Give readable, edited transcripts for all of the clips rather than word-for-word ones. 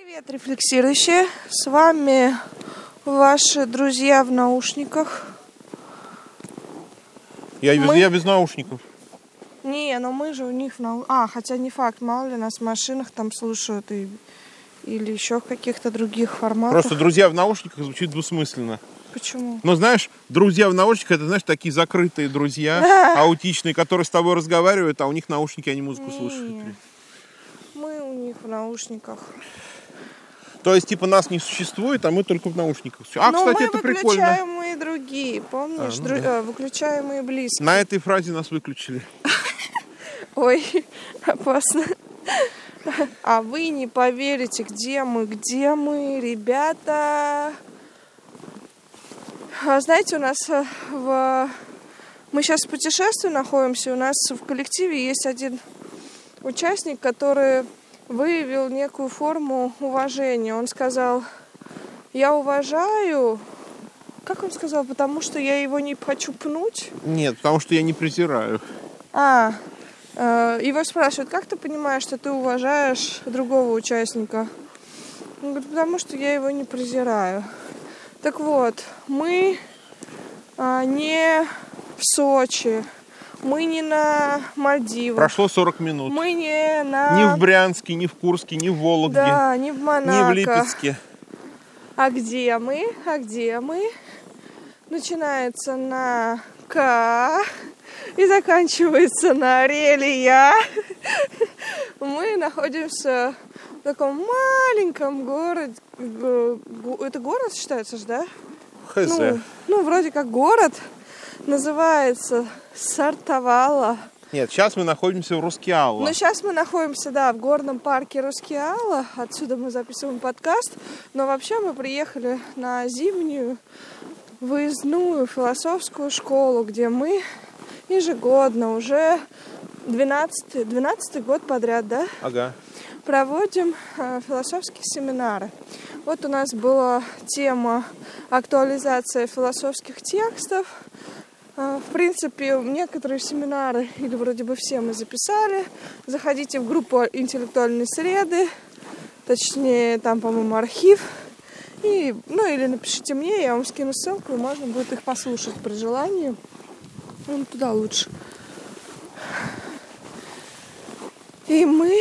Привет, рефлексирующие! С вами ваши друзья в наушниках. Я без наушников. Не, но мы же у них в наушниках. Хотя не факт, мало ли нас в машинах там слушают или еще в каких-то других форматах. Просто друзья в наушниках звучит двусмысленно. Почему? Ну, знаешь, друзья в наушниках, это, знаешь, такие закрытые друзья, аутичные, которые с тобой разговаривают, а у них наушники, они музыку слушают. Мы у них в наушниках. То есть, типа, нас не существует, а мы только в наушниках. Кстати, это прикольно. Выключаемые другие, помнишь? Да. Выключаемые близкие. На этой фразе нас выключили. Ой, опасно. А вы не поверите, где мы, ребята. Знаете, у нас мы сейчас в путешествии находимся, у нас в коллективе есть один участник, который выявил некую форму уважения. Он сказал: я уважаю... Как он сказал? Потому что я его не хочу пнуть? Нет, потому что я не презираю. Его спрашивают: как ты понимаешь, что ты уважаешь другого участника? Он говорит: потому что я его не презираю. Так вот, мы не в Сочи, мы не на Мальдивах. Прошло 40 минут. Мы не на... Ни в Брянске, ни в Курске, ни в Вологде. Да, ни в Монако. Ни в Липецке. А где мы? Начинается на К и заканчивается на Релия. Мы находимся в таком маленьком городе. Это город считается же, да? Хз. Ну, вроде как город. Называется Сартовала. Нет, сейчас мы находимся в Рускеала. Но сейчас мы находимся, в горном парке Рускеала. Отсюда мы записываем подкаст. Но вообще мы приехали на зимнюю выездную философскую школу, где мы ежегодно уже 12-й год подряд, да? Ага. Проводим философские семинары. Вот у нас была тема актуализация философских текстов. В принципе, некоторые семинары, или вроде бы все мы записали. Заходите в группу интеллектуальной среды, точнее, там, по-моему, архив. Или напишите мне, я вам скину ссылку, и можно будет их послушать при желании. Туда лучше. И мы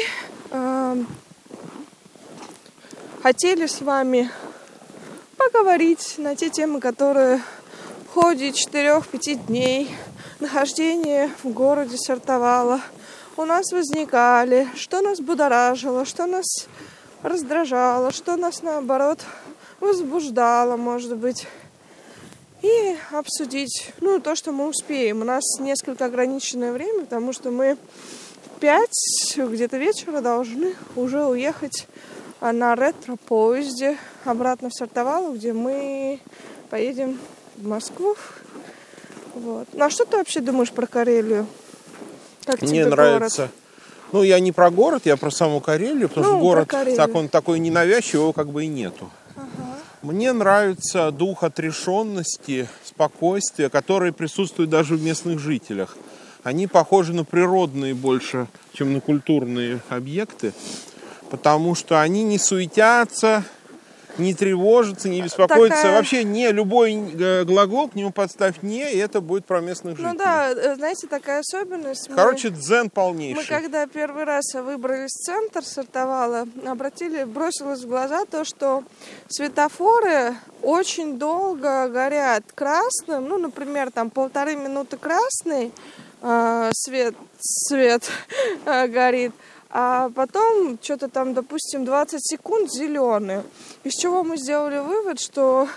хотели с вами поговорить на те темы, которые в ходе 4-5 дней нахождения в городе Сартовала у нас возникали, что нас будоражило, что нас раздражало, что нас, наоборот, возбуждало, может быть. И обсудить, то, что мы успеем. У нас несколько ограниченное время, потому что мы в 5 где-то вечера должны уже уехать на ретро-поезде обратно в Сартовалу, где мы поедем в Москву. Вот. А что ты вообще думаешь про Карелию? Как Мне тебе нравится. Город? Я не про город, я про саму Карелию, потому что город он такой ненавязчивый, его как бы и нету. Ага. Мне нравится дух отрешенности, спокойствия, который присутствует даже в местных жителях. Они похожи на природные больше, чем на культурные объекты, потому что они не суетятся, не тревожатся, не беспокоятся. Вообще любой глагол к нему подставь «не», и это будет про местных жителей. Знаете, такая особенность. Дзен полнейший. Мы когда первый раз выбрались в центр Сартовала, бросилось в глаза то, что светофоры очень долго горят красным. Например, там 1,5 минуты красный свет горит. А потом что-то там, допустим, 20 секунд зеленый. Из чего мы сделали вывод, что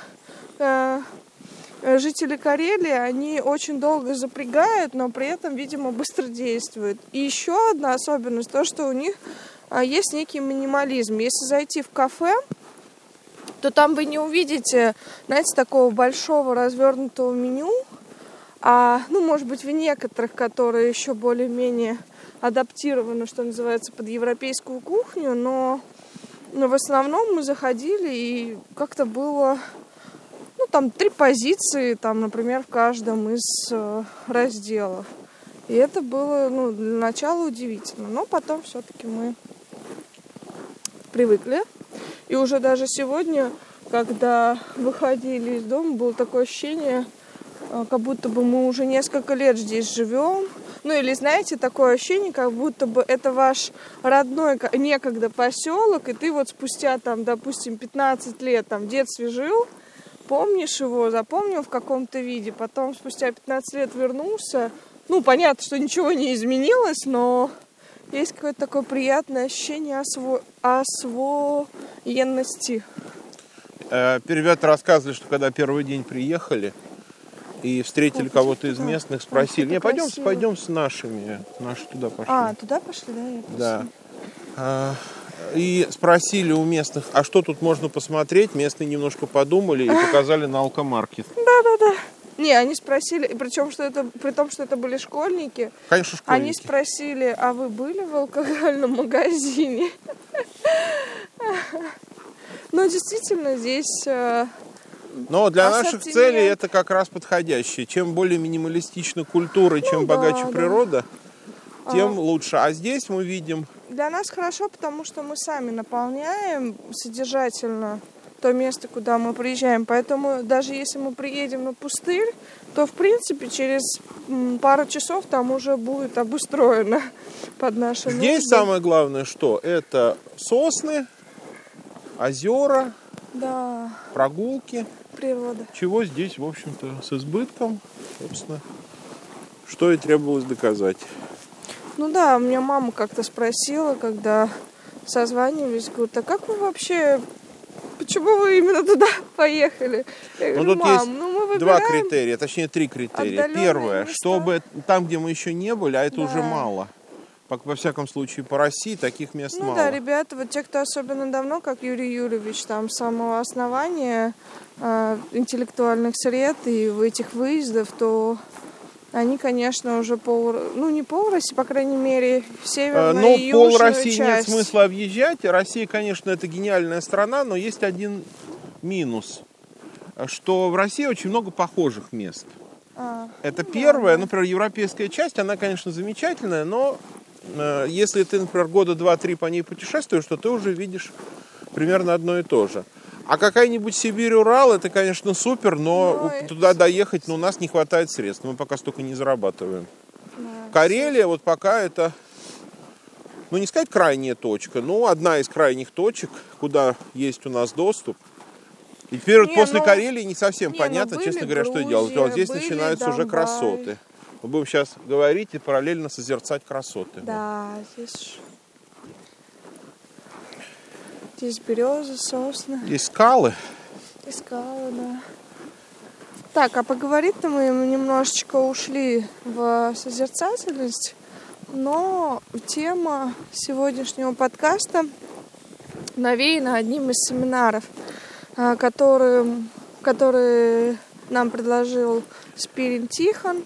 жители Карелии, они очень долго запрягают, но при этом, видимо, быстро действуют. И еще одна особенность, то, что у них есть некий минимализм. Если зайти в кафе, то там вы не увидите, знаете, такого большого развернутого меню. Может быть, в некоторых, которые еще более-менее адаптированы, что называется, под европейскую кухню, но в основном мы заходили, и как-то было, там 3 позиции, например, в каждом из разделов. И это было, для начала удивительно, но потом все-таки мы привыкли. И уже даже сегодня, когда выходили из дома, было такое ощущение, как будто бы мы уже несколько лет здесь живем. Ну или, знаете, такое ощущение, как будто бы это ваш родной некогда поселок, и ты вот спустя, там, допустим, 15 лет там, в детстве жил, помнишь его, запомнил в каком-то виде, потом спустя 15 лет вернулся. Ну, понятно, что ничего не изменилось, но есть какое-то такое приятное ощущение освоенности. Ребята рассказывали, что когда первый день приехали и встретили кого-то из местных, спросили: не, пойдем с нашими. Наши туда пошли. Туда пошли, да? Я да. И спросили у местных, а что тут можно посмотреть? Местные немножко подумали и показали на алкомаркет. Да. Не, они спросили, причем, что это, при том, что это были школьники. Конечно, школьники. Они спросили, а вы были в алкогольном магазине? Ну, действительно, здесь... Но для наших целей это как раз подходящее. Чем более минималистична культура, чем богаче природа, тем лучше. А здесь мы видим... Для нас хорошо, потому что мы сами наполняем содержательно то место, куда мы приезжаем. Поэтому даже если мы приедем на пустырь, то, в принципе, через пару часов там уже будет обустроено под наши нужды. Здесь самое главное, что это сосны, озера, прогулки. Природа. Чего здесь, в общем-то, с избытком, собственно, что и требовалось доказать. Ну да, у меня мама как-то спросила, когда созванивались, говорит, а как вы вообще, почему вы именно туда поехали? Я говорю, тут мам, есть мы выбираем два критерия, точнее 3 критерия. Первое, места. чтобы там, где мы еще не были, а это уже мало. Во всяком случае, по России таких мест мало. Ну да, ребята, вот те, кто особенно давно, как Юрий Юрьевич, там с самого основания интеллектуальных сред и этих выездов, то они, конечно, уже не пол России, по крайней мере, северную и южную пол России часть. нет смысла объезжать. Россия, конечно, это гениальная страна, но есть один минус, что в России очень много похожих мест. Это первое, например, европейская часть, она, конечно, замечательная, но если ты, например, года 2-3 по ней путешествуешь, то ты уже видишь примерно одно и то же. А какая-нибудь Сибирь, Урал, это, конечно, супер, но туда доехать, у нас не хватает средств. Мы пока столько не зарабатываем. Карелия, вот пока это, не сказать крайняя точка, но одна из крайних точек, куда есть у нас доступ. И теперь после Карелии не совсем понятно, честно говоря, что делать. Вот здесь начинаются уже красоты. Мы будем сейчас говорить и параллельно созерцать красоты. Да, здесь березы, сосны. Здесь скалы. И скалы, да. Так, а поговорить-то мы немножечко ушли в созерцательность, но тема сегодняшнего подкаста навеяна одним из семинаров, который нам предложил Спирин Тихон.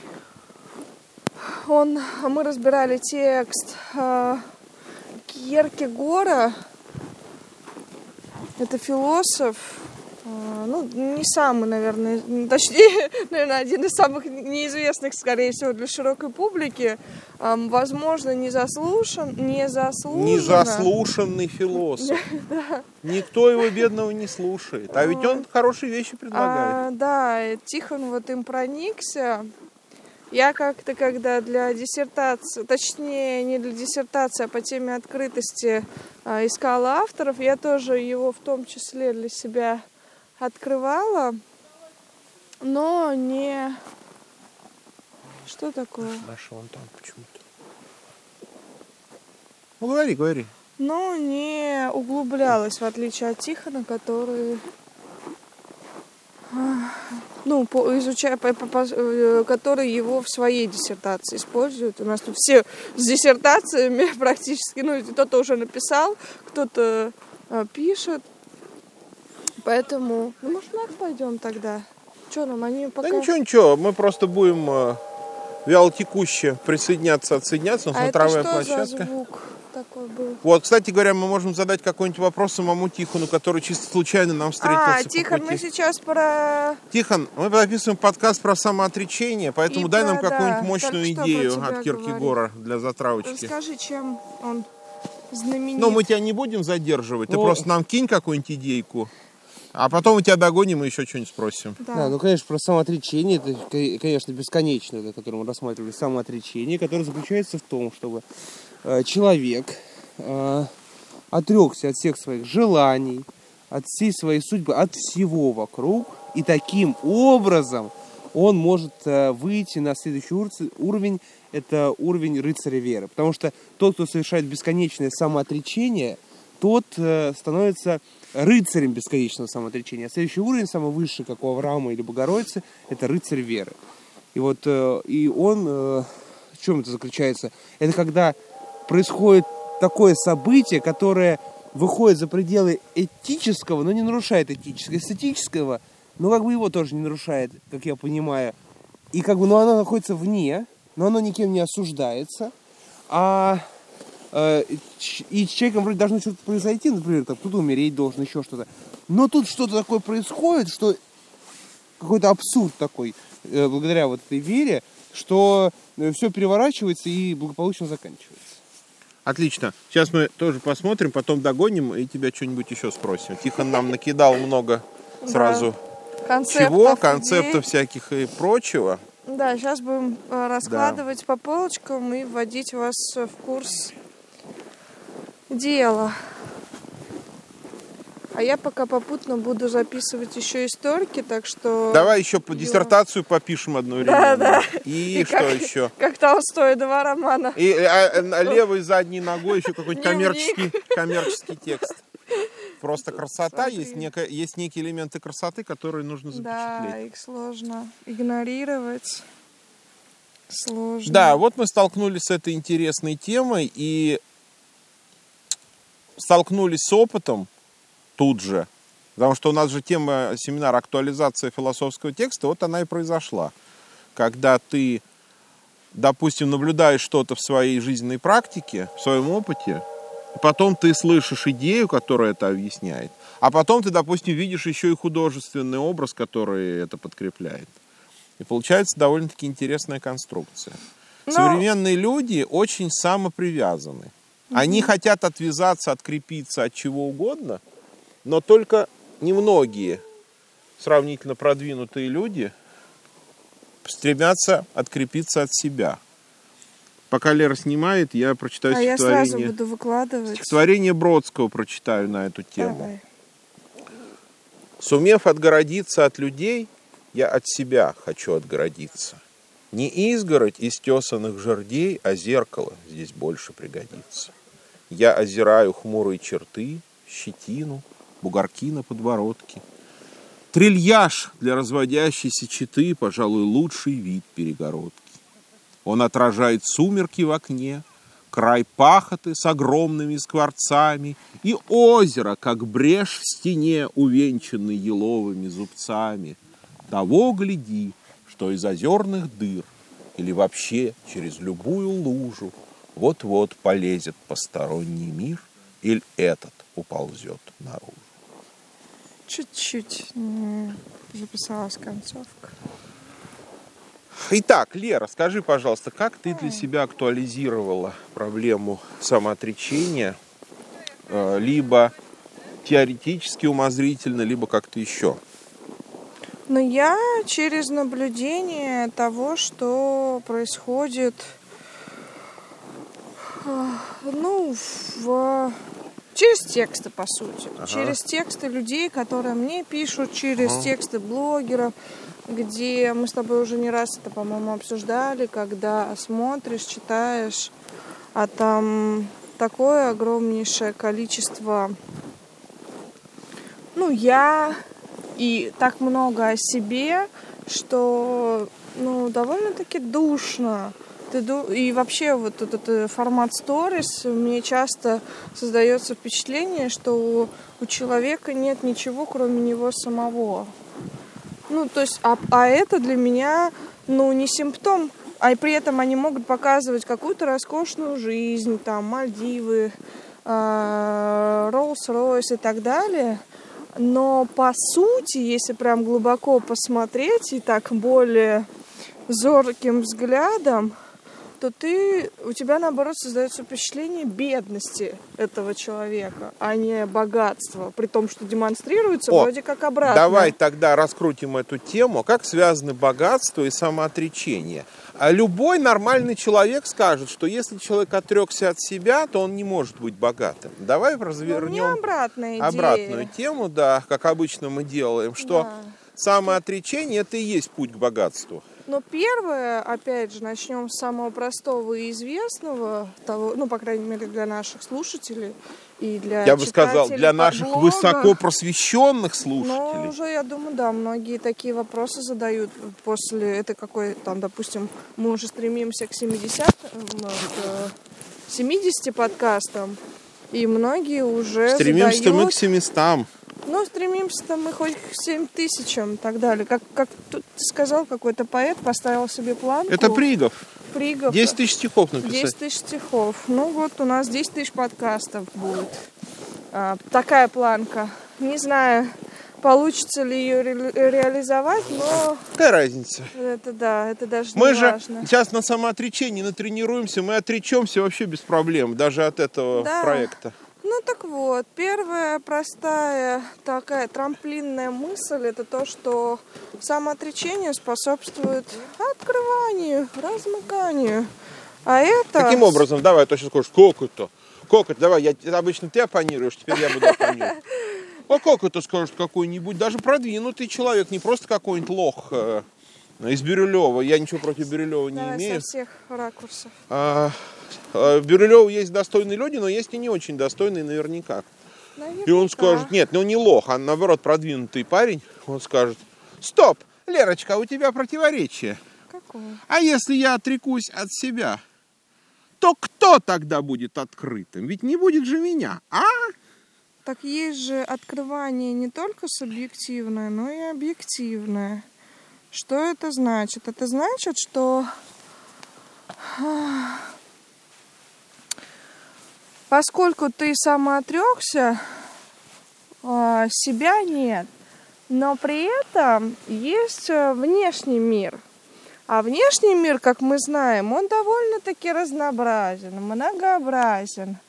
Мы разбирали текст Кьеркегора. Это философ, не самый, наверное, точнее, наверное, один из самых неизвестных, скорее всего, для широкой публики. Возможно, незаслушанный философ. Никто его бедного не слушает. А ведь он хорошие вещи предлагает. Да, Тихон вот им проникся. Я как-то, когда для диссертации, точнее, не для диссертации, а по теме открытости искала авторов, я тоже его в том числе для себя открывала, но не... Что такое? Наша вон там почему-то. Ну, говори. Но не углублялась, в отличие от Тихона, который... который его в своей диссертации использует. У нас тут все с диссертациями практически, кто-то уже написал, кто-то пишет. Поэтому, может, нах пойдем тогда? Что нам, они пока... Да ничего, мы просто будем вялотекуще присоединяться, отсоединяться. У нас смотровая площадка. Это что за звук такой был? Вот, кстати говоря, мы можем задать какой-нибудь вопрос самому Тихону, который чисто случайно нам встретился по Тихон, пути. мы сейчас про... Тихон, мы записываем подкаст про самоотречение, поэтому дай нам какую-нибудь мощную идею от Кьеркегора для затравочки. Расскажи, чем он знаменит. Ну, мы тебя не будем задерживать. Ты Ну, просто нам кинь какую-нибудь идейку. А потом мы тебя догоним и еще что-нибудь спросим. Да, ну, конечно, про самоотречение, это, конечно, бесконечно, это, которое мы рассматривали, самоотречение, которое заключается в том, чтобы человек отрекся от всех своих желаний, от всей своей судьбы, от всего вокруг, и таким образом он может выйти на следующий уровень, это уровень рыцаря веры. Потому что тот, кто совершает бесконечное самоотречение, тот становится рыцарем бесконечного самоотречения. А следующий уровень, самый высший, как у Авраама или Богородицы, это рыцарь веры. И вот и он, в чем это заключается? Это когда происходит такое событие, которое выходит за пределы этического, но не нарушает этического, эстетического, но как бы его тоже не нарушает, как я понимаю. И как бы, но оно находится вне, но оно никем не осуждается, и с человеком вроде должно что-то произойти, например, там, кто-то умереть должен, еще что-то. Но тут что-то такое происходит, что какой-то абсурд такой, благодаря вот этой вере, что все переворачивается и благополучно заканчивается. Отлично. Сейчас мы тоже посмотрим, потом догоним и тебя что-нибудь еще спросим. Тихон нам накидал много сразу концептов всяких и прочего. Да, сейчас будем раскладывать по полочкам и вводить вас в курс дела. А я пока попутно буду записывать еще историки, так что... Давай еще по диссертацию попишем одновременно. Да. И что еще? Как Толстой, 2 романа. И левой задней ногой еще какой-нибудь коммерческий текст. Просто красота, есть некие элементы красоты, которые нужно запечатлеть. Да, их сложно игнорировать. Сложно. Да, вот мы столкнулись с этой интересной темой и столкнулись с опытом тут же. Потому что у нас же тема семинара «Актуализация философского текста», вот она и произошла. Когда ты, допустим, наблюдаешь что-то в своей жизненной практике, в своем опыте, потом ты слышишь идею, которая это объясняет, а потом ты, допустим, видишь еще и художественный образ, который это подкрепляет. И получается довольно-таки интересная конструкция. Современные люди очень самопривязаны. Они хотят отвязаться, открепиться от чего угодно, но только немногие сравнительно продвинутые люди стремятся открепиться от себя. Пока Лера снимает, я прочитаю стихотворение. Я сразу буду выкладывать. Стихотворение Бродского прочитаю на эту тему. Давай. Сумев отгородиться от людей, я от себя хочу отгородиться. Не изгородь из тесанных жердей, а зеркало здесь больше пригодится. Я озираю хмурые черты, щетину, бугорки на подбородке. Трильяж для разводящейся четы, пожалуй, лучший вид перегородки. Он отражает сумерки в окне, край пахоты с огромными скворцами и озеро, как брешь в стене, увенчанный еловыми зубцами. Того гляди, что из озерных дыр или вообще через любую лужу вот-вот полезет посторонний мир или этот уползет наружу. Чуть-чуть не записалась концовка. Итак, Лера, скажи, пожалуйста, как ты для себя актуализировала проблему самоотречения, либо теоретически, умозрительно, либо как-то еще? Но я через наблюдение того, что происходит, через тексты, по сути. Ага. Через тексты людей, которые мне пишут, через тексты блогеров, где мы с тобой уже не раз это, по-моему, обсуждали, когда смотришь, читаешь, а там такое огромнейшее количество, и так много о себе, что, довольно-таки душно. И вообще вот этот формат сторис, мне часто создается впечатление, что у человека нет ничего, кроме него самого. А это для меня, не симптом, а при этом они могут показывать какую-то роскошную жизнь, там, Мальдивы, Роллс-Ройс и так далее. Но по сути, если прям глубоко посмотреть и так более зорким взглядом, то у тебя, наоборот, создается впечатление бедности этого человека, а не богатства, при том, что демонстрируется вроде как обратно. Давай тогда раскрутим эту тему. Как связаны богатство и самоотречение? А любой нормальный человек скажет, что если человек отрекся от себя, то он не может быть богатым. Давай развернем обратную тему, да, как обычно мы делаем, что самоотречение – это и есть путь к богатству. Но первое, опять же, начнем с самого простого и известного, того, ну, по крайней мере, для наших слушателей и для Я бы сказал, для наших блога. высокопросвещенных слушателей. Но уже, я думаю, да, многие такие вопросы задают после этой там, допустим, мы уже стремимся к 70 подкастам, и многие уже стремимся мы к 700. Ну, стремимся-то мы хоть к 7000 и так далее. Как тут сказал какой-то поэт, поставил себе планку. Это Пригов. 10 тысяч стихов написать. 10 тысяч стихов. Ну вот у нас 10 тысяч подкастов будет. Такая планка. Не знаю, получится ли ее реализовать, но... Какая разница? Это да, это даже не мы же важно. сейчас на самоотречении натренируемся, мы отречемся вообще без проблем, даже от этого проекта. Ну так вот, первая простая такая трамплинная мысль, это то, что самоотречение способствует открыванию, размыканию. А это... Каким образом? Давай, то сейчас скажешь, как это? Как это? Давай, обычно ты оппонируешь, теперь я буду оппонировать. А как это скажет какой-нибудь, даже продвинутый человек, не просто какой-нибудь лох из Бирюлева. Я ничего против Бирюлева не имею. Со всех ракурсов. В Бирюлеву есть достойные люди, но есть и не очень достойные наверняка. И он скажет, нет, ну не лох, а наоборот продвинутый парень. Он скажет, стоп, Лерочка, у тебя противоречие. Какое? А если я отрекусь от себя, то кто тогда будет открытым? Ведь не будет же меня, а? Так есть же открывание не только субъективное, но и объективное. Что это значит? Это значит, что поскольку ты самоотрекся, себя нет, но при этом есть внешний мир. А внешний мир, как мы знаем, он довольно-таки разнообразен, многообразен.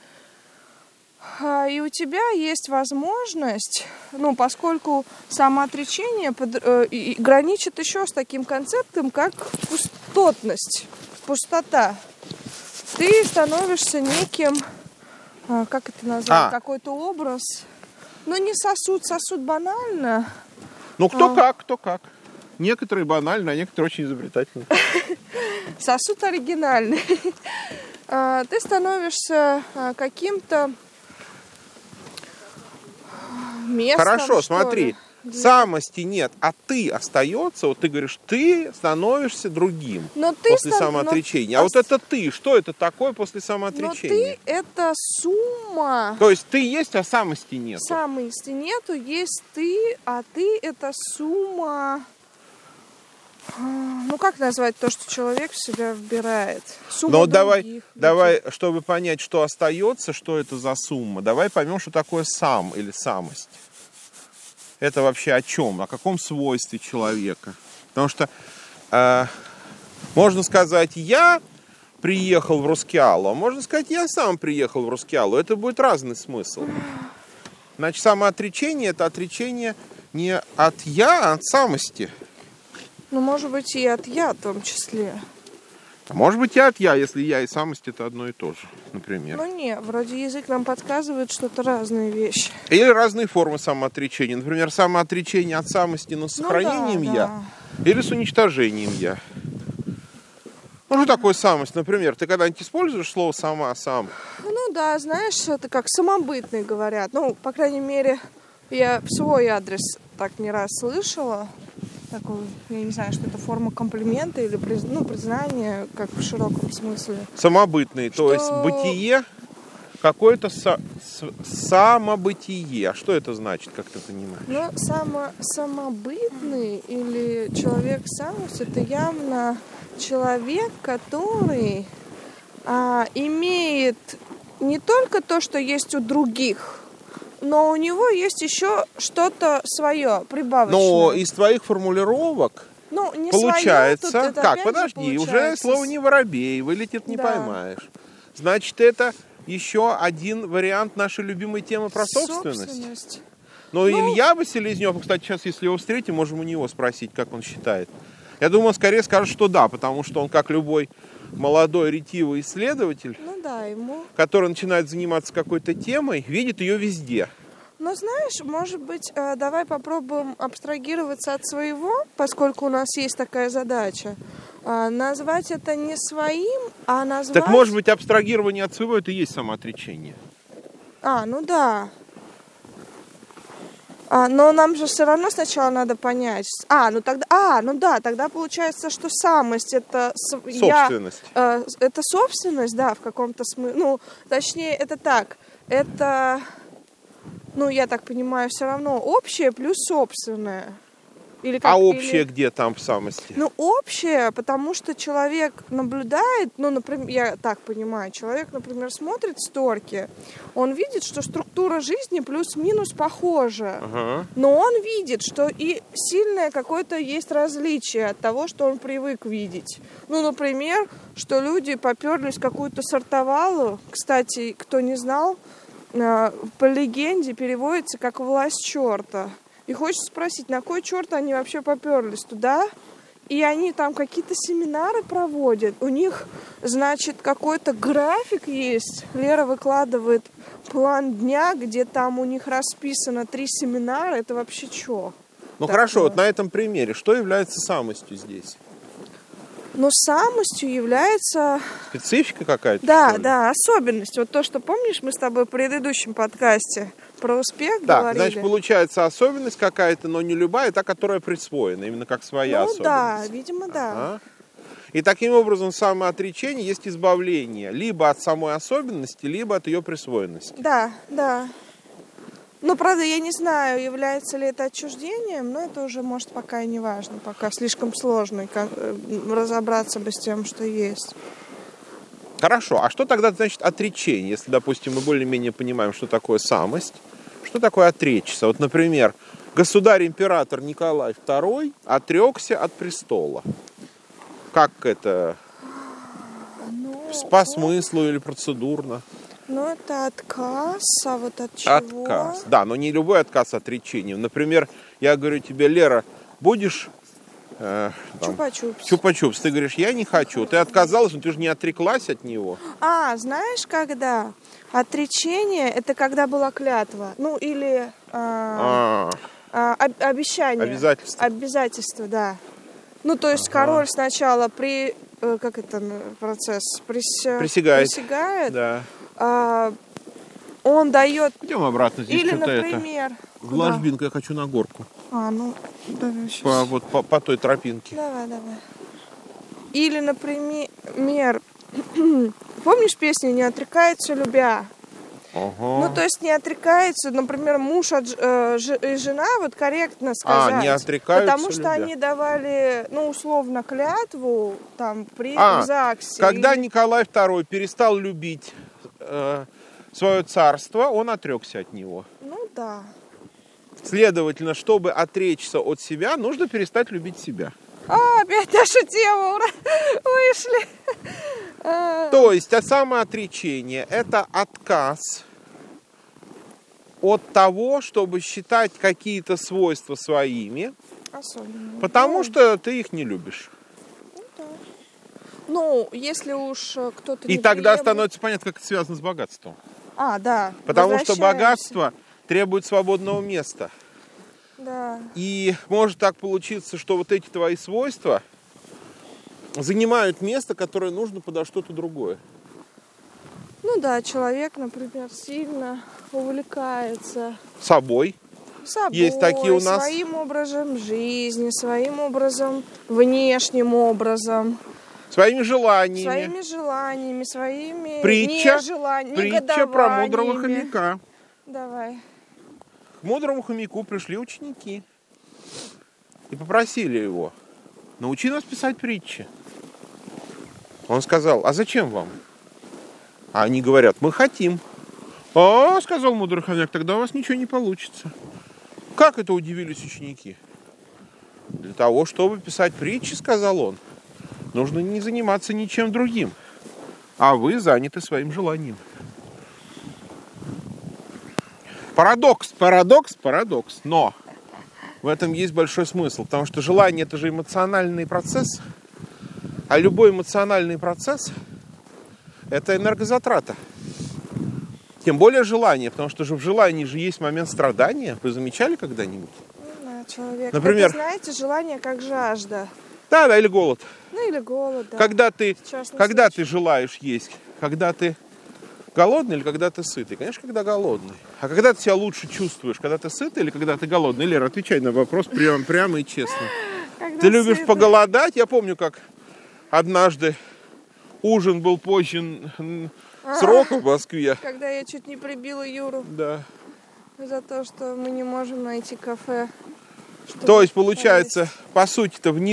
И у тебя есть возможность, поскольку самоотречение граничит еще с таким концептом, как пустотность, пустота. Ты становишься неким, как это назвать, какой-то образ. Не сосуд банально. Кто как. Некоторые банально, а некоторые очень изобретательны. Сосуд оригинальный. Ты становишься каким-то местом. Хорошо, смотри. Самости нет, а ты остается, вот ты говоришь, ты становишься другим после самоотречения. А вот это ты, что это такое после самоотречения? Ты это сумма. То есть ты есть, а самости нету. Самости нету, есть ты, а ты это сумма. Как назвать то, что человек в себя вбирает? Сумма других. Давай, чтобы понять, что остается, что это за сумма, давай поймем, что такое сам или самость. Это вообще о чем? О каком свойстве человека? Потому что можно сказать, я приехал в Рускеалу, а можно сказать, я сам приехал в Рускеалу. Это будет разный смысл. Значит, самоотречение – это отречение не от я, а от самости. Может быть, и от я в том числе. Может быть, и от я, если я и самость это одно и то же, например. Вроде язык нам подсказывает, что это разные вещи. Или разные формы самоотречения. Например, самоотречение от самости, но с сохранением я. Или с уничтожением я. Что такое самость? Например, ты когда-нибудь используешь слово «сама», «сам»? Знаешь, это как самобытные говорят. По крайней мере, я в свой адрес так не раз слышала. Такую, я не знаю, что это форма комплимента или признания, как в широком смысле. Самобытный, то есть бытие, какое-то самобытие. А что это значит, как ты понимаешь? Самобытный или человек самость, это явно человек, который имеет не только то, что есть у других, но у него есть еще что-то свое, прибавочное. Но из твоих формулировок Ну, не Получается, своё, тут это как, опять же подожди, уже получается слово не воробей, вылетит не Да. поймаешь. Значит, это еще один вариант нашей любимой темы про собственность. Но Илья бы Селезнев, кстати, сейчас, если его встретим, можем у него спросить, как он считает. Я думаю, он скорее скажет, что да, потому что он, как любой молодой ретивый исследователь, Ну да, ему. который начинает заниматься какой-то темой, видит ее везде. Но знаешь, может быть, давай попробуем абстрагироваться от своего, поскольку у нас есть такая задача. Назвать это не своим, а назвать... Так, может быть, абстрагирование от своего — это и есть самоотречение. Ну да. Но нам же все равно сначала надо понять. Тогда получается, что самость это Собственность. это собственность, да, в каком-то смысле. Ну, точнее, это так. Это, я так понимаю, все равно общее плюс собственное. Общее где там в самости? Общее, потому что человек наблюдает, например, я так понимаю, человек, например, смотрит сторки, он видит, что структура жизни плюс-минус похожа, но он видит, что и сильное какое-то есть различие от того, что он привык видеть. Например, что люди поперлись в какую-то сортовалу, кстати, кто не знал, по легенде переводится как «власть черта». И хочется спросить, на кой черт они вообще поперлись туда? И они там какие-то семинары проводят. У них, значит, какой-то график есть. Лера выкладывает план дня, где там у них расписано 3 семинара. Это вообще что? Хорошо, вот на этом примере. Что является самостью здесь? Самостью является... Специфика какая-то? Да, особенность. Вот то, что помнишь, мы с тобой в предыдущем подкасте про успех говорили. Значит, получается особенность какая-то, но не любая, та, которая присвоена, именно как своя особенность. Да, видимо, да. И таким образом самоотречение есть избавление либо от самой особенности, либо от ее присвоенности. Да. Правда, я не знаю, является ли это отчуждением, но это уже, может, пока и не важно, пока слишком сложно разобраться бы с тем, что есть. Хорошо, а что тогда значит отречение? Если, допустим, мы более-менее понимаем, что такое самость, что такое отречься? Вот, например, государь-император Николай II отрекся от престола. Как это? По смыслу или процедурно? Это отказ, а вот от чего? Отказ, да, но не любой отказ от отречения. Например, я говорю тебе, Лера, будешь чупа-чупс. Ты говоришь, я не хочу. Ты отказалась, но ты же не отреклась от него. Знаешь, когда? Отречение, это когда была клятва. Или обещание. Обязательство, да. То есть король сначала присягает. Да. Он дает... Пойдем обратно здесь. Или, например... В ложбинку, я хочу на горку. Давай сейчас. По той тропинке. Давай. Или, например, помнишь песню «Не отрекается, любя»? То есть не отрекается, например, муж и жена, корректно сказать. Не отрекаются, потому что они давали, условно, клятву там при ЗАГСе. Когда Николай II перестал любить свое царство, он отрекся от него. Да. Следовательно, чтобы отречься от себя, нужно перестать любить себя. Опять наша тема, ура, вышли. То есть, самоотречение – это отказ от того, чтобы считать какие-то свойства своими, особенно. Потому что ты их не любишь. Если уж кто-то не И тогда требует... становится понятно, как это связано с богатством. Да. Потому что богатство требует свободного места. Да. И может так получиться, что вот эти твои свойства занимают место, которое нужно подо что-то другое. Человек, например, сильно увлекается собой. Есть такие у нас. Своим образом жизни, своим образом, внешним образом. Своими желаниями. Своими Притча про мудрого хомяка. Давай. К мудрому хомяку пришли ученики и попросили его: научи нас писать притчи. Он сказал: а зачем вам? А они говорят: мы хотим. Сказал мудрый хомяк, тогда у вас ничего не получится. Как это удивились ученики? Для того, чтобы писать притчи, сказал он, нужно не заниматься ничем другим, а вы заняты своим желанием. Парадокс, парадокс, парадокс. Но в этом есть большой смысл, потому что желание – это же эмоциональный процесс, а любой эмоциональный процесс – это энергозатрата. Тем более желание, потому что же в желании же есть момент страдания. Вы замечали когда-нибудь? Да, человек. Например? Это, знаете, желание как жажда. Да, или голод. Ну или голод, да. Когда ты случае. желаешь есть? Когда ты голодный или когда ты сытый? Конечно, когда голодный. А когда ты себя лучше чувствуешь? Когда ты сытый или когда ты голодный? Лера, отвечай на вопрос прямо и честно. Когда Ты любишь сытый. поголодать? Я помню, как однажды ужин был позже срока в Москве. Когда я чуть не прибила Юру Да. за то, что мы не можем найти кафе. То есть, получается, по сути-то в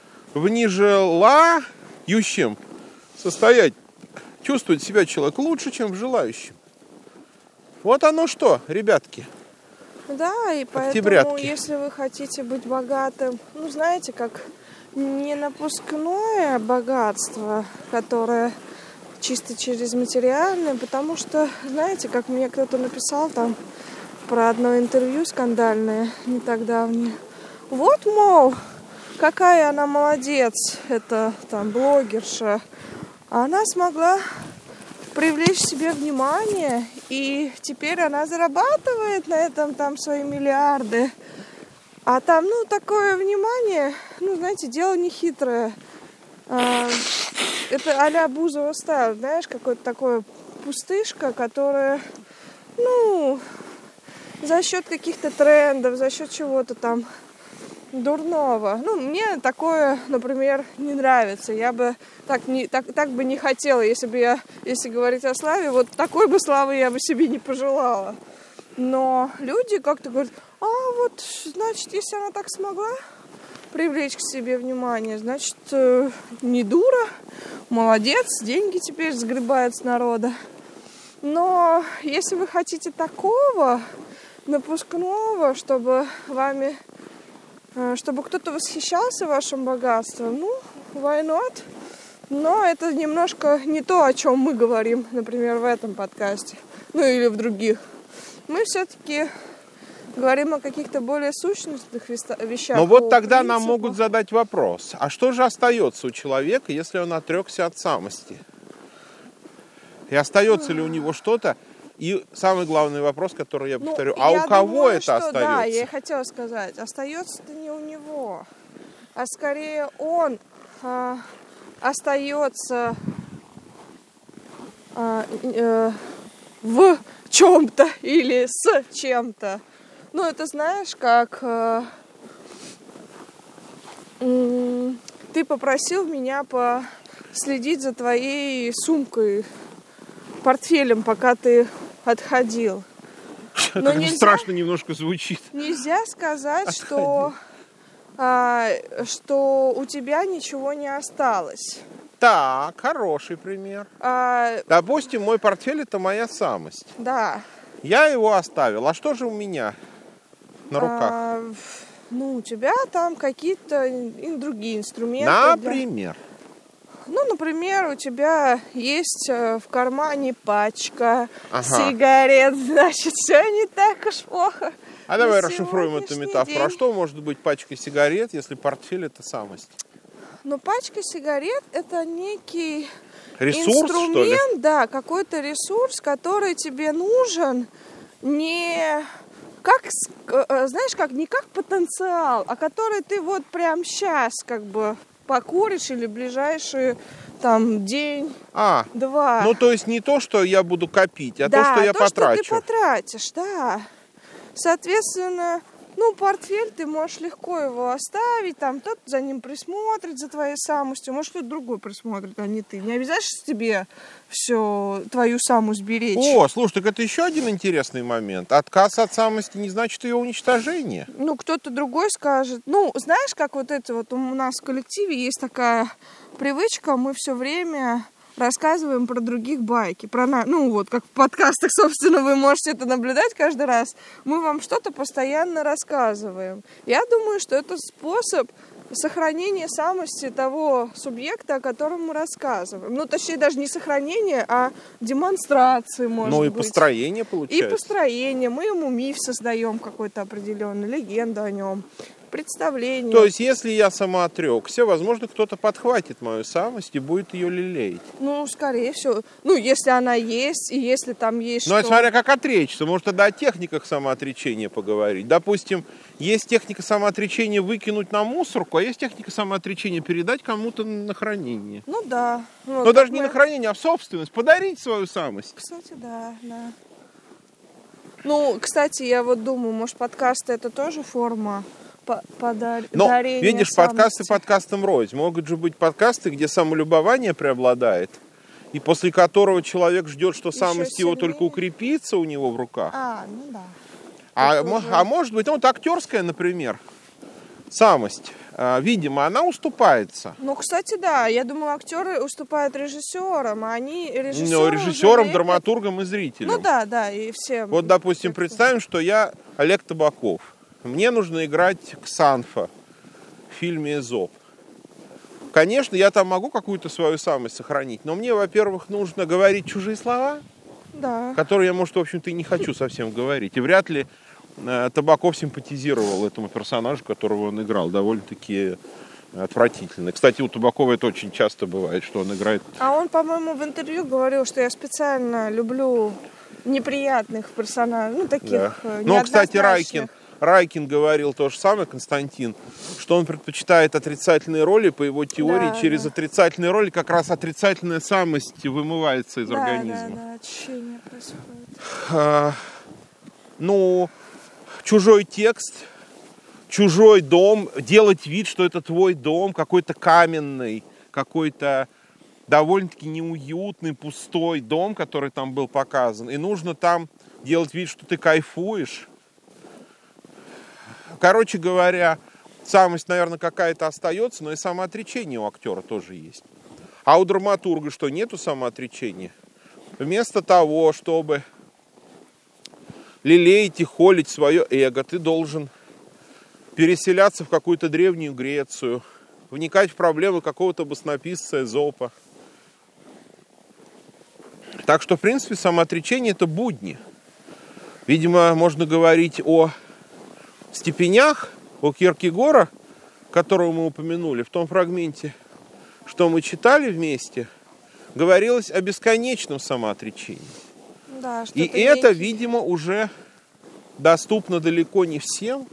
нежелающем состоять чувствует себя человек лучше, чем в желающем. Вот оно что, ребятки. Да, и поэтому, Октябрятки. если вы хотите быть богатым, ну, знаете, как не напускное богатство, которое чисто через материальное, потому что, знаете, как мне кто-то написал там про одно интервью скандальное не так давнее. Вот, мол, какая она молодец, это там блогерша. Она смогла привлечь себе внимание, и теперь она зарабатывает на этом там свои миллиарды. А там, ну, такое внимание, ну, знаете, дело не хитрое. Это а-ля Бузова стайл, знаешь, какое-то такое пустышка, которая, ну, за счет каких-то трендов, за счет чего-то там дурного. Ну, мне такое, например, не нравится. Я бы так бы не хотела, если говорить о славе, вот такой бы славы я бы себе не пожелала. Но люди как-то говорят, вот, значит, если она так смогла привлечь к себе внимание, значит, не дура, молодец, деньги теперь сгребает с народа. Но если вы хотите такого напускного, чтобы кто-то восхищался вашим богатством, ну, why not? Но это немножко не то, о чем мы говорим, например, в этом подкасте, ну или в других. Мы все-таки говорим о каких-то более сущностных вещах. Но вот тогда нам могут задать вопрос, а что же остается у человека, если он отрекся от самости? И остается ли у него что-то? И самый главный вопрос, который я повторю, у кого это остается? Да, я и хотела сказать, остается-то не у него, а скорее он остается в чем-то или с чем-то. Ну, это знаешь, как ты попросил меня последить за твоей сумкой, портфелем, пока ты отходил. Но как страшно немножко звучит. Нельзя сказать, что у тебя ничего не осталось. Так, хороший пример. Допустим, мой портфель – это моя самость. Да. Я его оставил. А что же у меня на руках? Ну, у тебя там какие-то другие инструменты. Например? Ну, например, у тебя есть в кармане пачка сигарет, значит, все не так уж плохо. А давай расшифруем эту метафору. А что может быть пачка сигарет, если портфель – это самость? Ну, пачка сигарет – это некий ресурс, инструмент, что ли? Да, какой-то ресурс, который тебе нужен не как, знаешь, как не как потенциал, а который ты вот прям сейчас как бы покуришь или ближайший там день-два. Ну, то есть не то, что я буду копить, а то, что я потрачу. Что ты потратишь, да. Соответственно, ну, портфель, ты можешь легко его оставить, там кто-то за ним присмотрит, за твоей самостью, может, кто-то другой присмотрит, а не ты. Не обязательно тебе все твою саму сберечь. О, слушай, так это еще один интересный момент. Отказ от самости не значит ее уничтожение. Ну, кто-то другой скажет. Ну, знаешь, как вот это вот у нас в коллективе есть такая привычка, мы все время рассказываем про других байки. Ну вот, как в подкастах, собственно, вы можете это наблюдать каждый раз. Мы вам что-то постоянно рассказываем. Я думаю, что это способ сохранения самости того субъекта, о котором мы рассказываем. Ну, точнее, даже не сохранение, а демонстрации, может быть. Ну и построение получается. И построение. Мы ему миф создаем какой-то определенный, легенду о нем, представление. То есть, если я самоотрекся, возможно, кто-то подхватит мою самость и будет ее лелеять. Ну, скорее всего. Ну, если она есть, и если там есть Ну, что... смотря как отречься. Может, тогда о техниках самоотречения поговорить. Допустим, есть техника самоотречения выкинуть на мусорку, а есть техника самоотречения передать кому-то на хранение. Ну, да. Ну, Но даже не на хранение, а в собственность. Подарить свою самость. Кстати, да. Ну, кстати, я вот думаю, может, подкасты это тоже форма Но, дарения видишь, самости. подкасты подкастом рознь. Могут же быть подкасты, где самолюбование преобладает, и после которого человек ждет, что Еще самость его только сильнее. укрепится у него в руках. Ну да. А может быть, вот актерская, например, самость, видимо, она уступается. Ну, кстати, да, я думаю, актеры уступают режиссерам, а они Режиссерам, драматургам и зрителям. Ну да, и всем. Вот, допустим, представим, что я Олег Табаков. Мне нужно играть Ксанфа в фильме «Эзоп». Конечно, я там могу какую-то свою самость сохранить, но мне, во-первых, нужно говорить чужие слова, Да. которые я, может, в общем-то, и не хочу совсем говорить. И вряд ли Табаков симпатизировал этому персонажу, которого он играл. Довольно-таки отвратительно. Кстати, у Табакова это очень часто бывает, что он играет... А он, по-моему, в интервью говорил, что я специально люблю неприятных персонажей, ну, таких Но, кстати, неоднозначных. Райкин говорил то же самое, Константин, что он предпочитает отрицательные роли, по его теории, Да, через да. отрицательные роли как раз отрицательная самость вымывается из организма. Да, очищение происходит. Ну, чужой текст, чужой дом, делать вид, что это твой дом, какой-то каменный, какой-то довольно-таки неуютный, пустой дом, который там был показан. И нужно там делать вид, что ты кайфуешь. Короче говоря, самость, наверное, какая-то остается, но и самоотречение у актера тоже есть. А у драматурга что, нету самоотречения? Вместо того, чтобы лелеять и холить свое эго, ты должен переселяться в какую-то древнюю Грецию, вникать в проблемы какого-то баснописца Эзопа. Так что, в принципе, самоотречение – это будни. Видимо, можно говорить о степенях, у Киркегора, которого мы упомянули в том фрагменте, что мы читали вместе, говорилось о бесконечном самоотречении. Да, И это, видимо, уже доступно далеко не всем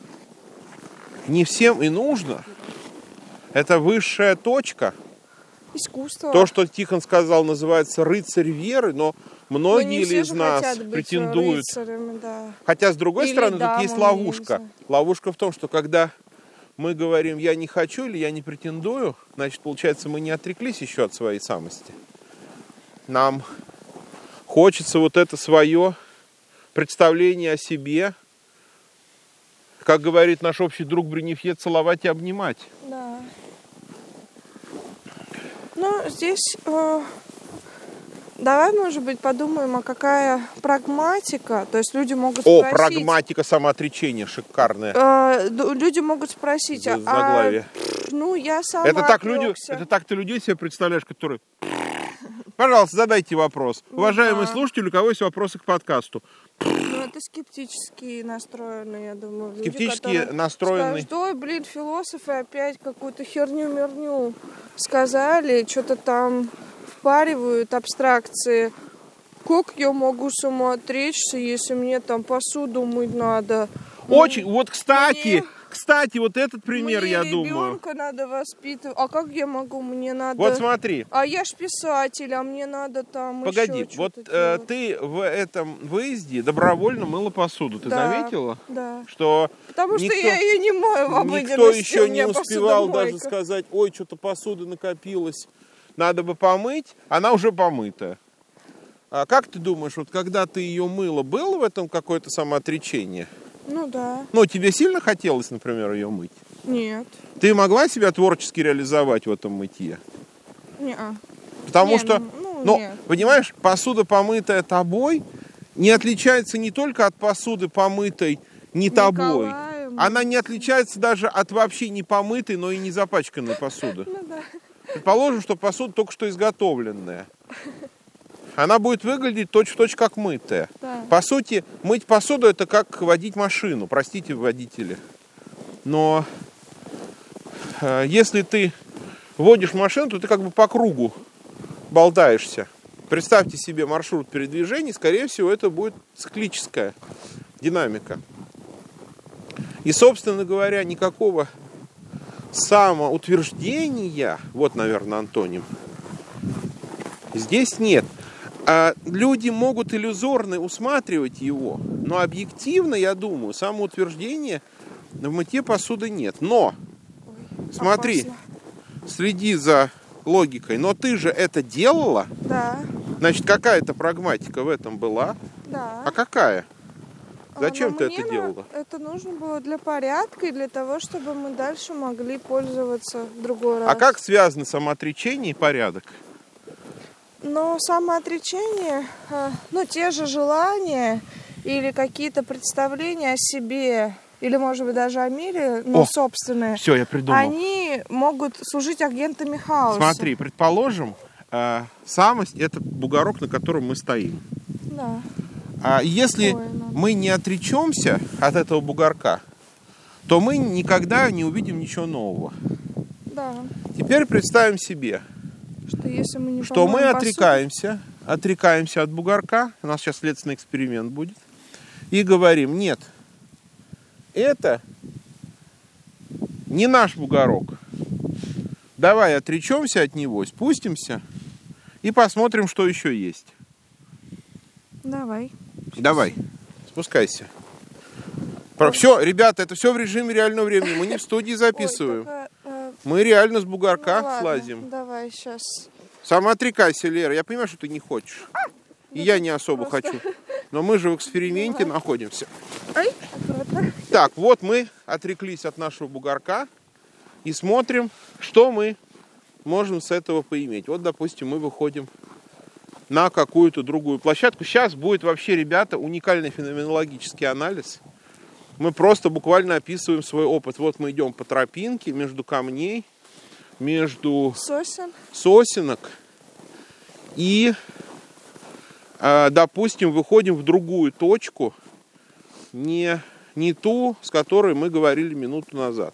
и нужно. Это высшая точка. искусство. То, что Тихон сказал, называется рыцарь веры, но многие все из же нас хотят быть претендуют. рыцарями, да. Хотя, с другой Или стороны, тут дамами, есть я ловушка. не знаю. Ловушка в том, что когда мы говорим «я не хочу» или «я не претендую», значит, получается, мы не отреклись еще от своей самости. Нам хочется вот это свое представление о себе, как говорит наш общий друг Бренефье, целовать и обнимать. Да. Ну, здесь давай, может быть, подумаем, а какая прагматика. То есть люди могут О, спросить... прагматика самоотречения шикарная. Люди могут спросить, Заглавие. ну, я сама Это так ты людей себе представляешь, которые... Пожалуйста, задайте вопрос. Уважаемые да. слушатели, у кого есть вопросы к подкасту? Ну, это скептически настроенные, я думаю. Люди, Скептически которые настроенные. скажут: ой, блин, философы опять какую-то херню-мерню сказали, что-то там впаривают абстракции. Как я могу самоотречься, если мне там посуду мыть надо? Очень, вот кстати, вот этот пример, Мне я думаю. ребенка надо воспитывать. А как я могу? Мне надо... Вот смотри. А я ж писатель, а мне надо там Погоди, еще вот что-то делать. ты в этом выезде добровольно мыла посуду. Ты Да, заметила? Да. Что Потому никто, что я ее не мою в обыденности. никто еще у меня не успевал даже посудомойка. сказать: ой, что-то посуды накопилось, надо бы помыть. Она уже помыта. А как ты думаешь, вот когда ты ее мыла, было в этом какое-то самоотречение? Ну да. Ну, тебе сильно хотелось, например, ее мыть? Нет. Ты могла себя творчески реализовать в этом мытье? Не-а. Потому Не, что ну Но, нет. понимаешь, посуда, помытая тобой, не отличается не только от посуды, помытой не тобой. Николаем. Она не отличается даже от вообще не помытой, но и не запачканной посуды. Ну да. Предположим, что посуда только что изготовленная. Она будет выглядеть точь-в-точь как мытая. Да. По сути, мыть посуду — это как водить машину. Простите, водители. Но если ты водишь машину, то ты как бы по кругу болтаешься. Представьте себе маршрут передвижений, скорее всего, это будет циклическая динамика. И, собственно говоря, никакого самоутверждения, вот, наверное, антоним, здесь нет. Люди могут иллюзорно усматривать его, но объективно, я думаю, самоутверждения в мытье посуды нет. Но, смотри, Опасно. следи за логикой, но ты же это делала, Да, значит, какая-то прагматика в этом была. да. А какая? Зачем Но ты мне это делала? Это нужно было для порядка и для того, чтобы мы дальше могли пользоваться в другой раз. А как связаны самоотречение и порядок? Но самоотречение, ну, те же желания или какие-то представления о себе, или, может быть, даже о мире, но собственные, Все, я придумал. они могут служить агентами хаоса. Смотри, предположим, самость — это бугорок, на котором мы стоим. Да. А если Ой, ну. мы не отречемся от этого бугорка, то мы никогда не увидим ничего нового. Да. Теперь представим себе, Что если мы не что мы помоем посуду- отрекаемся от бугорка, у нас сейчас следственный эксперимент будет, и говорим: нет, это не наш бугорок. Давай отречемся от него, спустимся и посмотрим, что еще есть. Давай. Давай, спускайся. Все, ребята, это все в режиме реального времени. Мы не в студии записываем. Ой, только, Мы реально с бугорка ну ладно, слазим. Давай сейчас. Самоотрекайся, Лера. Я понимаю, что ты не хочешь. И я не особо хочу. Но мы же в эксперименте находимся. Ай, аккуратно. Так, вот мы отреклись от нашего бугорка и смотрим, что мы можем с этого поиметь. Вот, допустим, мы выходим на какую-то другую площадку. Сейчас будет вообще, ребята, уникальный феноменологический анализ. Мы просто буквально описываем свой опыт. Вот мы идем по тропинке между камней, между Сосен. сосенок и, допустим, выходим в другую точку, не ту, с которой мы говорили минуту назад.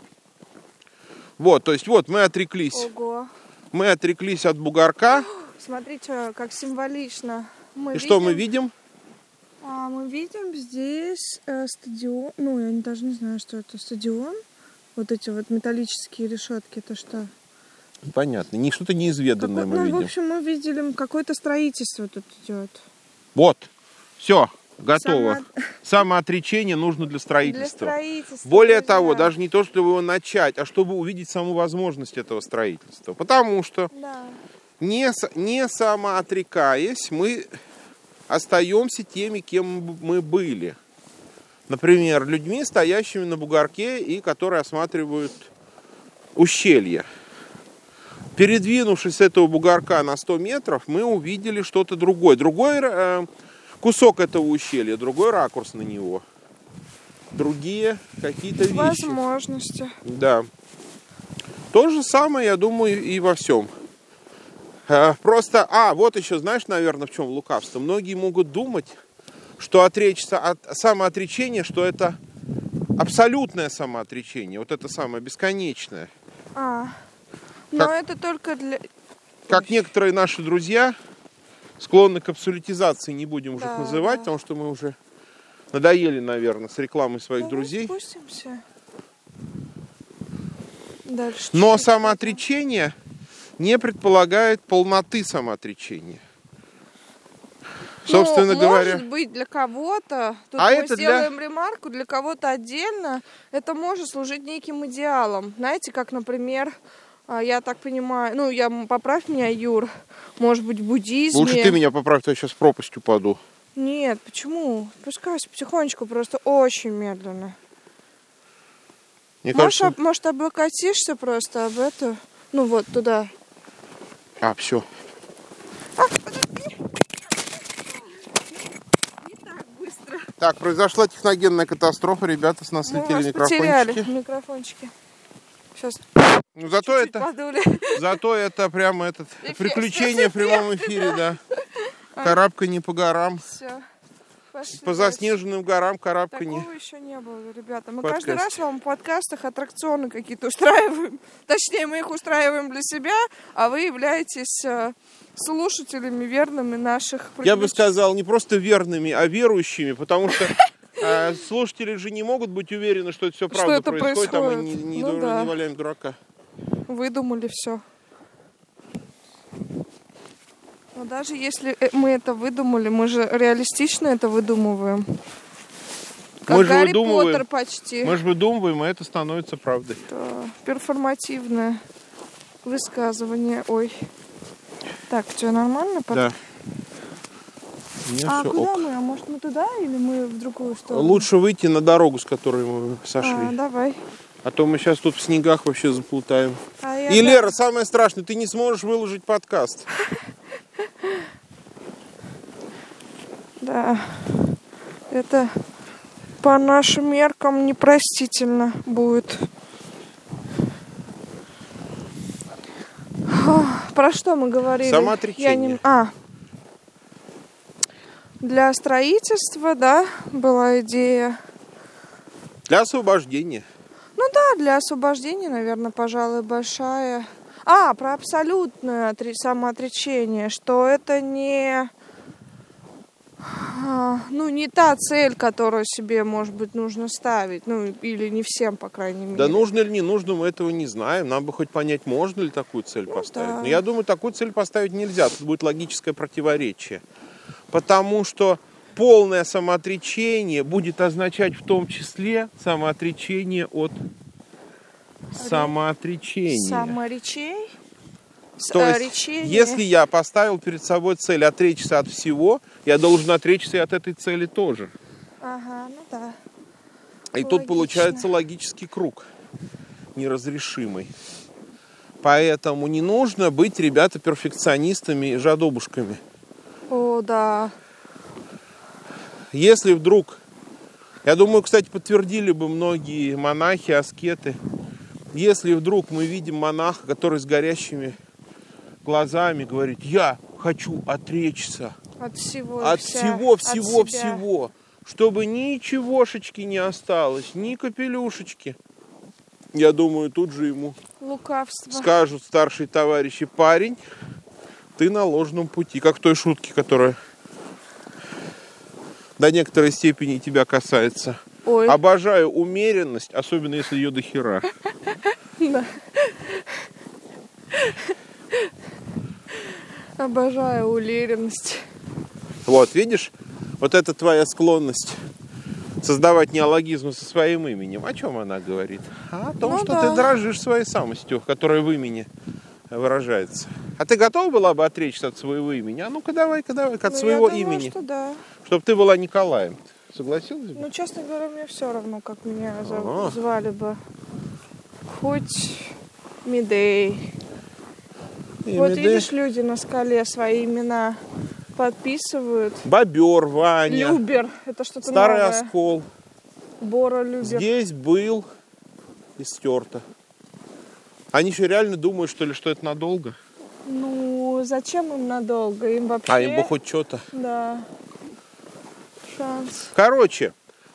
Вот, то есть вот мы отреклись. Ого. Мы отреклись от бугорка. Смотрите, как символично. И что мы видим? Мы видим здесь стадион. Ну, я даже не знаю, что это. Стадион. Вот эти вот металлические решетки. Это что? Понятно, не что-то неизведанное мы В видим. общем, мы видели, какое-то строительство тут идет. Вот, все, готово. Самоотречение нужно для строительства. Для строительства. Более друзья. того, даже не то, чтобы его начать, а чтобы увидеть саму возможность этого строительства. Потому что, Да. не самоотрекаясь, мы остаемся теми, кем мы были. Например, людьми, стоящими на бугорке и которые осматривают ущелье. Передвинувшись с этого бугорка на 100 метров, мы увидели что-то другое. Другой кусок этого ущелья, другой ракурс на него. Другие какие-то вещи. Возможности. Да. То же самое, я думаю, и во всем. Просто, вот еще, знаешь, наверное, в чем лукавство. Многие могут думать, что отречься от самоотречения, что это абсолютное самоотречение, вот это самое бесконечное. Но это только для... Как некоторые наши друзья склонны к абсолютизации, не будем уже их называть, да. потому что мы уже надоели, наверное, с рекламой своих Давай друзей. спустимся. Дальше. Но чуть-чуть. самоотречение не предполагает полноты самоотречения. Собственно говоря. Может быть, для кого-то, тут А мы это сделаем ремарку, для кого-то отдельно это может служить неким идеалом. Знаете, как, например, я так понимаю, поправь меня, Юр, может быть, в буддизме... Лучше ты меня поправь, то я сейчас в пропасть упаду. Нет, почему? Спускайся потихонечку, просто очень медленно. Мне кажется... Может, облокотишься просто об эту, вот туда. Все. Подожди. Не так быстро. Так, произошла техногенная катастрофа. Ребята, с нас Мы летели вас потеряли микрофончики. микрофончики. Сейчас Ну, зато чуть-чуть это, подули. зато это прямо этот Эффект, приключение в прямом эфире, да. Карабканье по горам. Все. Пошли По дальше. заснеженным горам карабканье. Такого еще не было, ребята. Мы Подкасте. каждый раз вам в подкастах аттракционы какие-то устраиваем. Точнее, мы их устраиваем для себя, а вы являетесь слушателями верными наших Я бы приключений. сказал, не просто верными, а верующими, потому что слушатели же не могут быть уверены, что это все Что правда это происходит, а мы происходит. не Ну да. валяем дурака. Выдумали все. Но даже если мы это выдумали, мы же реалистично это выдумываем. Как Мы же Гарри выдумываем. Поттер почти. Мы же выдумываем, и это становится правдой. Это перформативное высказывание. Ой. Так, что, нормально? Да. У меня А всё куда ок. мы? А может мы туда или мы в другую сторону? Лучше выйти на дорогу, с которой мы сошли. Давай. А то мы сейчас тут в снегах вообще заплутаем. А я И, да- Лера, самое страшное, ты не сможешь выложить подкаст. Да. Это по нашим меркам непростительно будет. Про что мы говорили? Самоотречение. Для строительства, да, была идея. Для освобождения. Ну да, для освобождения, наверное, пожалуй, большая. Про абсолютное самоотречение, что это не та цель, которую себе, может быть, нужно ставить. Ну, или не всем, по крайней мере. Да нужно или не нужно, мы этого не знаем. Нам бы хоть понять, можно ли такую цель поставить. да. Но я думаю, такую цель поставить нельзя. Тут будет логическое противоречие. Потому что полное самоотречение будет означать в том числе самоотречение от самоотречения. Саморечей? То есть, Речение. если я поставил перед собой цель отречься от всего, я должен отречься и от этой цели тоже. Ага, ну да. И тут Логично. получается логический круг неразрешимый. Поэтому не нужно быть, ребята, перфекционистами и жадобушками. О, да. Если вдруг, я думаю, кстати, подтвердили бы многие монахи, аскеты, если вдруг мы видим монаха, который с горящими глазами говорит: я хочу отречься От всего. от себя. всего, чтобы ничегошечки не осталось, ни капелюшечки. Я думаю, тут же ему Лукавство. скажут старшие товарищи: парень, ты на ложном пути. Как в той шутке, которая до некоторой степени тебя касается. Ой. Обожаю умеренность, особенно если ее до хера. Да. Обожаю уверенность. Вот, видишь, вот это твоя склонность создавать неологизмы со своим именем. О чем она говорит? О том, Ну что да. ты дорожишь своей самостью, которая в имени выражается. А ты готова была бы отречься от своего имени? А ну-ка давай-ка, от Ну, своего я думаю, имени. что да. Чтобы ты была Николаем. Согласилась бы? Ну, честно говоря, мне все равно, как меня Ага. звали бы. Хоть Медей. И Вот Медей. видишь, люди на скале свои имена подписывают. Бобер, Ваня, Любер. Это что-то Старый новое. Оскол. Бора Любер. Здесь был и стерто. Они еще реально думают, что ли, что это надолго? Ну, зачем им надолго? Им вообще... А им бы хоть что-то. Да. Шанс. Короче,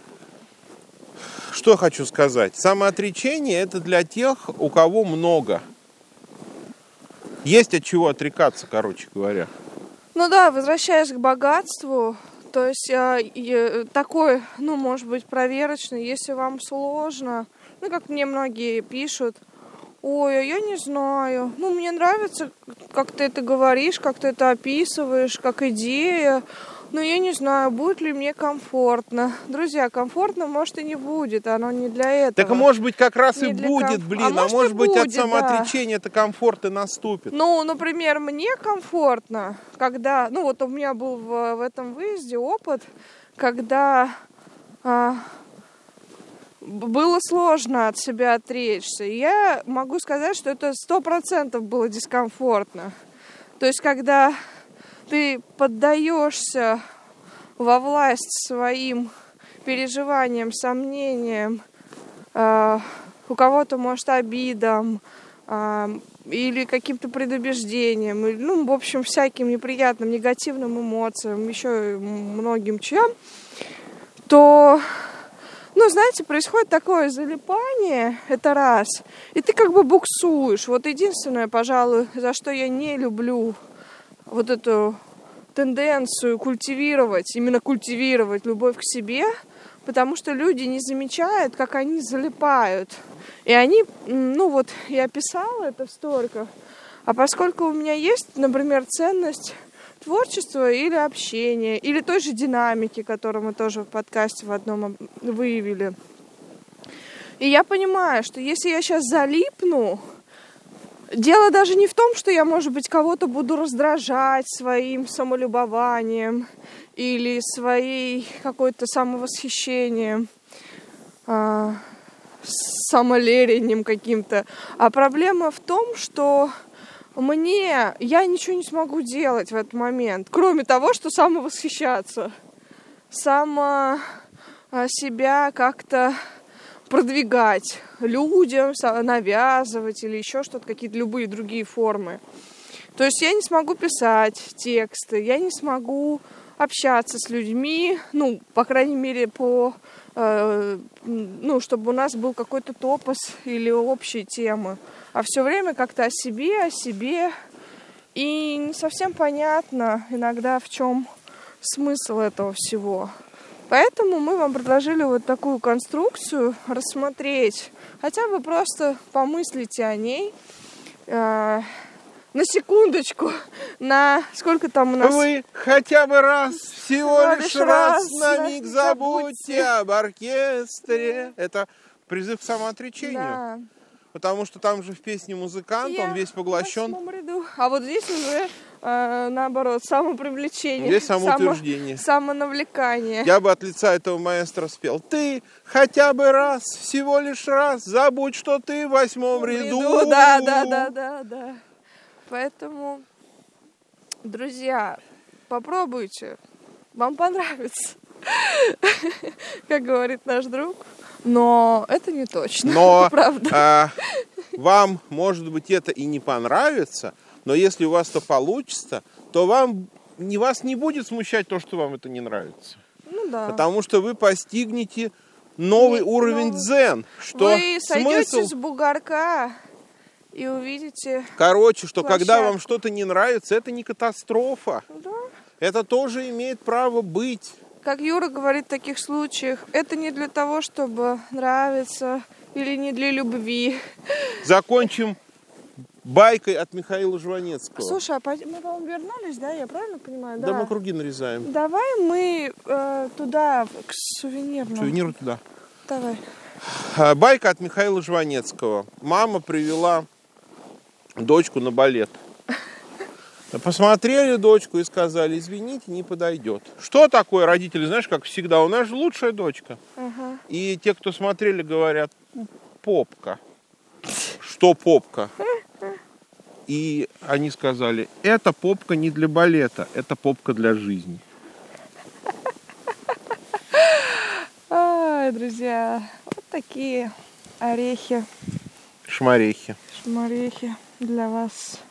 что хочу сказать. Самоотречение — это для тех, у кого много. Есть от чего отрекаться, короче говоря. Ну да, возвращаясь к богатству, то есть такой, ну, может быть, проверочный, если вам сложно, ну, как мне многие пишут: ой, а я не знаю, ну, мне нравится, как ты это говоришь, как ты это описываешь, как идея, но я не знаю, будет ли мне комфортно. Друзья, комфортно, может, и не будет, оно не для этого. Так, может быть, как раз Не и для будет, комф- блин. А может, и быть, от будет, самоотречения это комфорт и наступит. Ну, например, мне комфортно, когда... Ну, вот у меня был в этом выезде опыт, когда было сложно от себя отречься. И я могу сказать, что это 100% было дискомфортно. То есть, когда ты поддаешься во власть своим переживаниям, сомнениям, у кого-то, может, обидам, или каким-то предубеждениям, ну, в общем, всяким неприятным, негативным эмоциям, еще многим чем, то, ну, знаете, происходит такое залипание, это раз, и ты как бы буксуешь. Вот единственное, пожалуй, за что я не люблю вот эту тенденцию культивировать, именно культивировать любовь к себе, потому что люди не замечают, как они залипают. И они, ну вот, я писала это в сториках, а поскольку у меня есть, например, ценность творчества или общения, или той же динамики, которую мы тоже в подкасте в одном выявили. И я понимаю, что если я сейчас залипну, дело даже не в том, что я, может быть, кого-то буду раздражать своим самолюбованием или своей какой-то самовосхищением, самолерением каким-то. А проблема в том, что я ничего не смогу делать в этот момент, кроме того, что самовосхищаться, себя как-то продвигать людям, навязывать или еще что-то, какие-то любые другие формы. То есть я не смогу писать тексты, я не смогу общаться с людьми, ну, по крайней мере, чтобы у нас был какой-то топос или общие темы. А все время как-то о себе. И не совсем понятно иногда, в чем смысл этого всего. Поэтому мы вам предложили вот такую конструкцию рассмотреть. Хотя бы просто помыслите о ней. На секундочку, на сколько там у нас... Вы хотя бы раз, всего лишь раз на миг забудьте об оркестре. Это призыв к самоотречению. Да. Потому что там же в песне музыкант, он весь поглощен. А вот здесь уже наоборот, самопривлечение. Здесь самоутверждение. Самонавлекание. Я бы от лица этого маэстро спел: ты хотя бы раз, всего лишь раз, забудь, что ты в 8-м ряду. Да. Поэтому, друзья, попробуйте. Вам понравится. Как говорит наш друг. Но это не точно. Но правда. Вам, может быть, это и не понравится, но если у вас это получится, то вас не будет смущать то, что вам это не нравится. Ну да. Потому что вы постигнете новый уровень дзен. Что вы сойдете с бугорка и увидите... Короче, что площадку. Когда вам что-то не нравится, это не катастрофа. Да. Это тоже имеет право быть. Как Юра говорит в таких случаях, это не для того, чтобы нравиться, или не для любви. Закончим байкой от Михаила Жванецкого. Слушай, мы, по-моему, вернулись, да? Я правильно понимаю? Да, мы круги нарезаем. Давай мы туда, к сувенирному. Сувениру туда. Давай. Байка от Михаила Жванецкого. Мама привела дочку на балет. Посмотрели дочку и сказали: извините, не подойдет. Что такое родители? Знаешь, как всегда, у нас же лучшая дочка. Ага. И те, кто смотрели, говорят: попка. Что попка? И они сказали: это попка не для балета, это попка для жизни. Ай, друзья, вот такие орехи. Шмарехи. Шмарехи для вас.